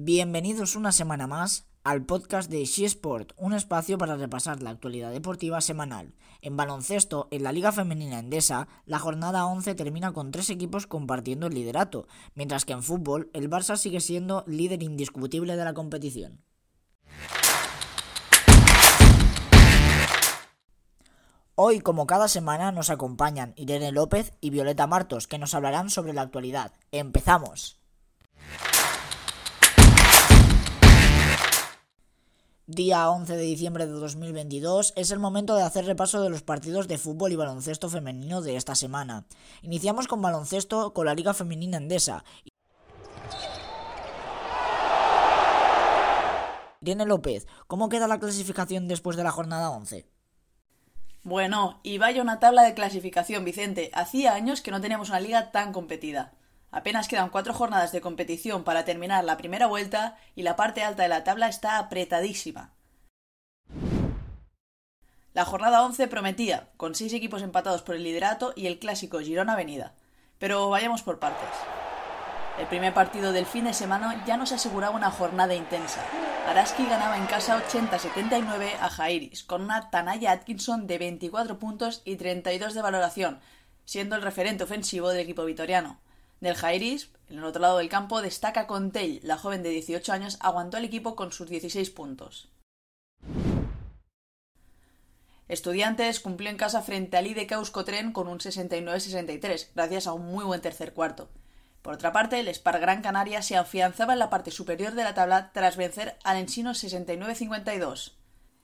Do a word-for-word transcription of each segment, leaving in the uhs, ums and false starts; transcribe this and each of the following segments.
Bienvenidos una semana más al podcast de She Sport, un espacio para repasar la actualidad deportiva semanal. En baloncesto, en la Liga Femenina Endesa, la jornada once termina con tres equipos compartiendo el liderato, mientras que en fútbol, el Barça sigue siendo líder indiscutible de la competición. Hoy, como cada semana, nos acompañan Irene López y Violeta Martos, que nos hablarán sobre la actualidad. ¡Empezamos! Día once de diciembre de dos mil veintidós es el momento de hacer repaso de los partidos de fútbol y baloncesto femenino de esta semana. Iniciamos con baloncesto con la Liga Femenina Endesa. Irene López, ¿cómo queda la clasificación después de la jornada once? Bueno, y vaya una tabla de clasificación, Vicente. Hacía años que no teníamos una liga tan competida. Apenas quedan cuatro jornadas de competición para terminar la primera vuelta y la parte alta de la tabla está apretadísima. La jornada once prometía, con seis equipos empatados por el liderato y el clásico Girona-Avenida. Pero vayamos por partes. El primer partido del fin de semana ya nos aseguraba una jornada intensa. Araski ganaba en casa ochenta a setenta y nueve a Jairis, con una Tanaya Atkinson de veinticuatro puntos y treinta y dos de valoración, siendo el referente ofensivo del equipo vitoriano. Del Jairis, en el otro lado del campo, destaca Contell, la joven de dieciocho años, aguantó al equipo con sus dieciséis puntos. Estudiantes cumplió en casa frente al I D K Euskotren con un sesenta y nueve a sesenta y tres, gracias a un muy buen tercer cuarto. Por otra parte, el Spar Gran Canaria se afianzaba en la parte superior de la tabla tras vencer al Ensino sesenta y nueve a cincuenta y dos.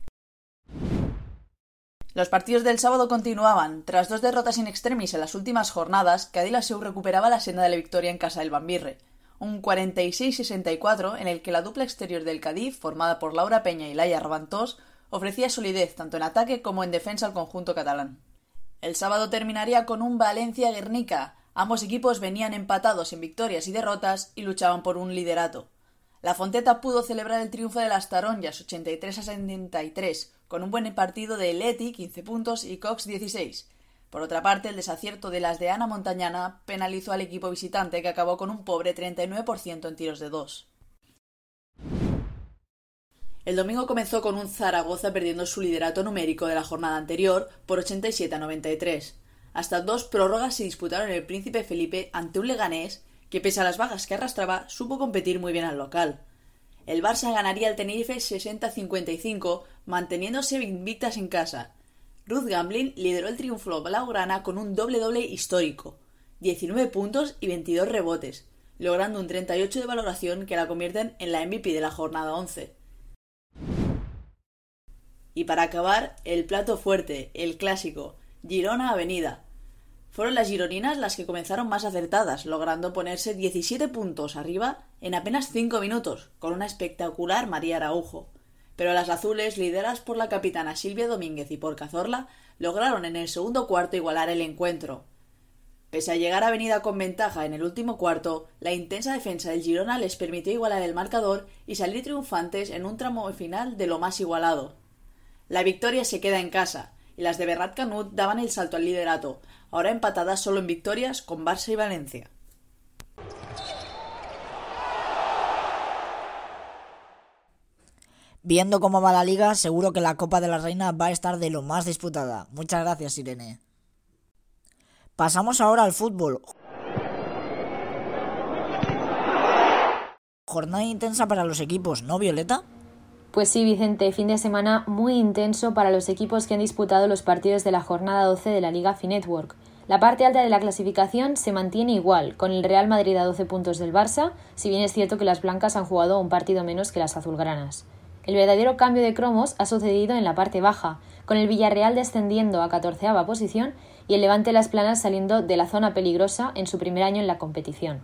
Los partidos del sábado continuaban. Tras dos derrotas in extremis en las últimas jornadas, Cadillaceu recuperaba la senda de la victoria en casa del Bambirre. Un cuarenta y seis a sesenta y cuatro en el que la dupla exterior del Cádiz, formada por Laura Peña y Laia Ravantós, ofrecía solidez tanto en ataque como en defensa al conjunto catalán. El sábado terminaría con un Valencia-Guernica. Ambos equipos venían empatados en victorias y derrotas y luchaban por un liderato. La Fonteta pudo celebrar el triunfo de las Taronjas ochenta y tres a setenta y tres, con un buen partido de Leti, quince puntos, y Cox, dieciséis. Por otra parte, el desacierto de las de Ana Montañana penalizó al equipo visitante, que acabó con un pobre treinta y nueve por ciento en tiros de dos. El domingo comenzó con un Zaragoza perdiendo su liderato numérico de la jornada anterior por ochenta y siete a noventa y tres. Hasta dos prórrogas se disputaron en el Príncipe Felipe ante un Leganés que, pese a las bajas que arrastraba, supo competir muy bien al local. El Barça ganaría al Tenerife sesenta a cincuenta y cinco, manteniéndose invictas en casa. Ruth Gamblin lideró el triunfo blaugrana con un doble-doble histórico, diecinueve puntos y veintidós rebotes, logrando un treinta y ocho de valoración que la convierten en la M V P de la jornada once. Y para acabar, el plato fuerte, el clásico, Girona-Avenida. Fueron las gironinas las que comenzaron más acertadas, logrando ponerse diecisiete puntos arriba en apenas cinco minutos, con una espectacular María Araujo. Pero las azules, lideradas por la capitana Silvia Domínguez y por Cazorla, lograron en el segundo cuarto igualar el encuentro. Pese a llegar a Avenida con ventaja en el último cuarto, la intensa defensa del Girona les permitió igualar el marcador y salir triunfantes en un tramo final de lo más igualado. La victoria se queda en casa, y las de Berrat Canut daban el salto al liderato, ahora empatadas solo en victorias con Barça y Valencia. Viendo cómo va la liga, seguro que la Copa de la Reina va a estar de lo más disputada. Muchas gracias, Irene. Pasamos ahora al fútbol. Jornada intensa para los equipos, ¿no, Violeta? Pues sí, Vicente, fin de semana muy intenso para los equipos que han disputado los partidos de la jornada doce de la Liga Finetwork. La parte alta de la clasificación se mantiene igual, con el Real Madrid a doce puntos del Barça, si bien es cierto que las blancas han jugado un partido menos que las azulgranas. El verdadero cambio de cromos ha sucedido en la parte baja, con el Villarreal descendiendo a catorceava posición y el Levante Las Planas saliendo de la zona peligrosa en su primer año en la competición.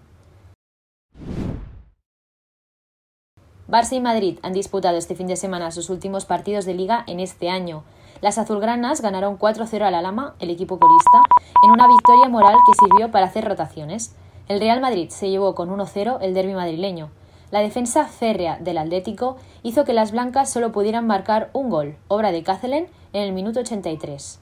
Barça y Madrid han disputado este fin de semana sus últimos partidos de Liga en este año. Las azulgranas ganaron cuatro cero al Alhama, el equipo colista, en una victoria moral que sirvió para hacer rotaciones. El Real Madrid se llevó con uno cero el derbi madrileño. La defensa férrea del Atlético hizo que las blancas solo pudieran marcar un gol, obra de Cazelen, en el minuto ochenta y tres.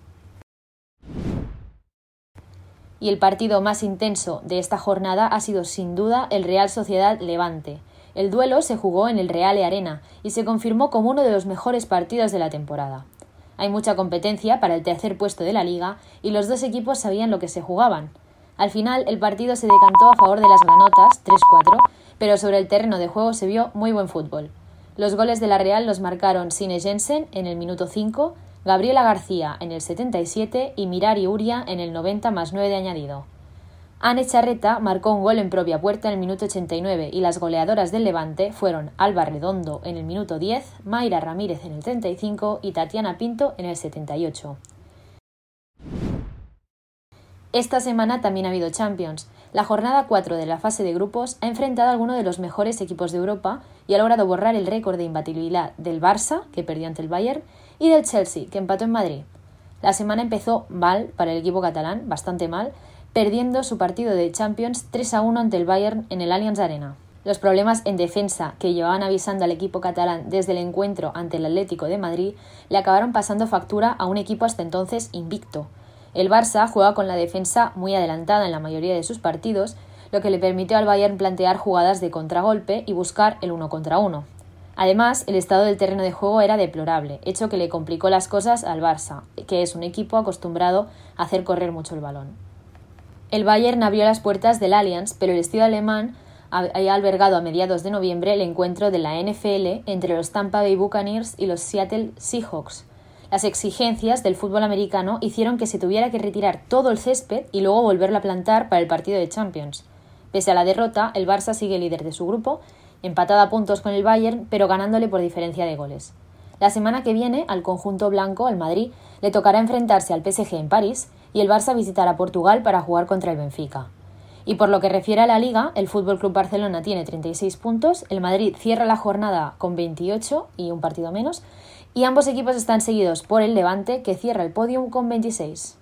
Y el partido más intenso de esta jornada ha sido sin duda el Real Sociedad Levante. El duelo se jugó en el Reale Arena y se confirmó como uno de los mejores partidos de la temporada. Hay mucha competencia para el tercer puesto de la liga y los dos equipos sabían lo que se jugaban. Al final el partido se decantó a favor de las granotas, tres cuatro, pero sobre el terreno de juego se vio muy buen fútbol. Los goles de la Real los marcaron Sine Jensen en el minuto cinco, Gabriela García en el setenta y siete y Mirari Uria en el noventa más nueve de añadido. Anne Charreta marcó un gol en propia puerta en el minuto ochenta y nueve y las goleadoras del Levante fueron Alba Redondo en el minuto diez, Mayra Ramírez en el treinta y cinco y Tatiana Pinto en el setenta y ocho. Esta semana también ha habido Champions. La jornada cuatro de la fase de grupos ha enfrentado a alguno de los mejores equipos de Europa y ha logrado borrar el récord de imbatibilidad del Barça, que perdió ante el Bayern, y del Chelsea, que empató en Madrid. La semana empezó mal para el equipo catalán, bastante mal, perdiendo su partido de Champions tres a uno ante el Bayern en el Allianz Arena. Los problemas en defensa que llevaban avisando al equipo catalán desde el encuentro ante el Atlético de Madrid le acabaron pasando factura a un equipo hasta entonces invicto. El Barça juega con la defensa muy adelantada en la mayoría de sus partidos, lo que le permitió al Bayern plantear jugadas de contragolpe y buscar el uno contra uno. Además, el estado del terreno de juego era deplorable, hecho que le complicó las cosas al Barça, que es un equipo acostumbrado a hacer correr mucho el balón. El Bayern abrió las puertas del Allianz, pero el estadio alemán había albergado a mediados de noviembre el encuentro de la N F L entre los Tampa Bay Buccaneers y los Seattle Seahawks. Las exigencias del fútbol americano hicieron que se tuviera que retirar todo el césped y luego volverlo a plantar para el partido de Champions. Pese a la derrota, el Barça sigue líder de su grupo, empatado a puntos con el Bayern, pero ganándole por diferencia de goles. La semana que viene, al conjunto blanco, al Madrid, le tocará enfrentarse al P S G en París y el Barça visitará Portugal para jugar contra el Benfica. Y por lo que refiere a la Liga, el F C Barcelona tiene treinta y seis puntos, el Madrid cierra la jornada con veintiocho y un partido menos, y ambos equipos están seguidos por el Levante, que cierra el podium con veintiséis.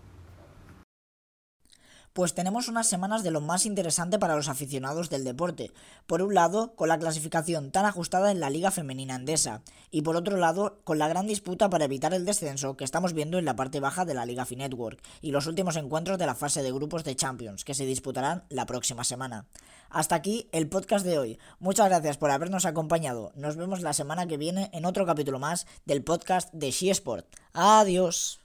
Pues tenemos unas semanas de lo más interesante para los aficionados del deporte. Por un lado, con la clasificación tan ajustada en la Liga Femenina Endesa, y por otro lado, con la gran disputa para evitar el descenso que estamos viendo en la parte baja de la Liga Finetwork y los últimos encuentros de la fase de grupos de Champions, que se disputarán la próxima semana. Hasta aquí el podcast de hoy. Muchas gracias por habernos acompañado. Nos vemos la semana que viene en otro capítulo más del podcast de She Sport. Adiós.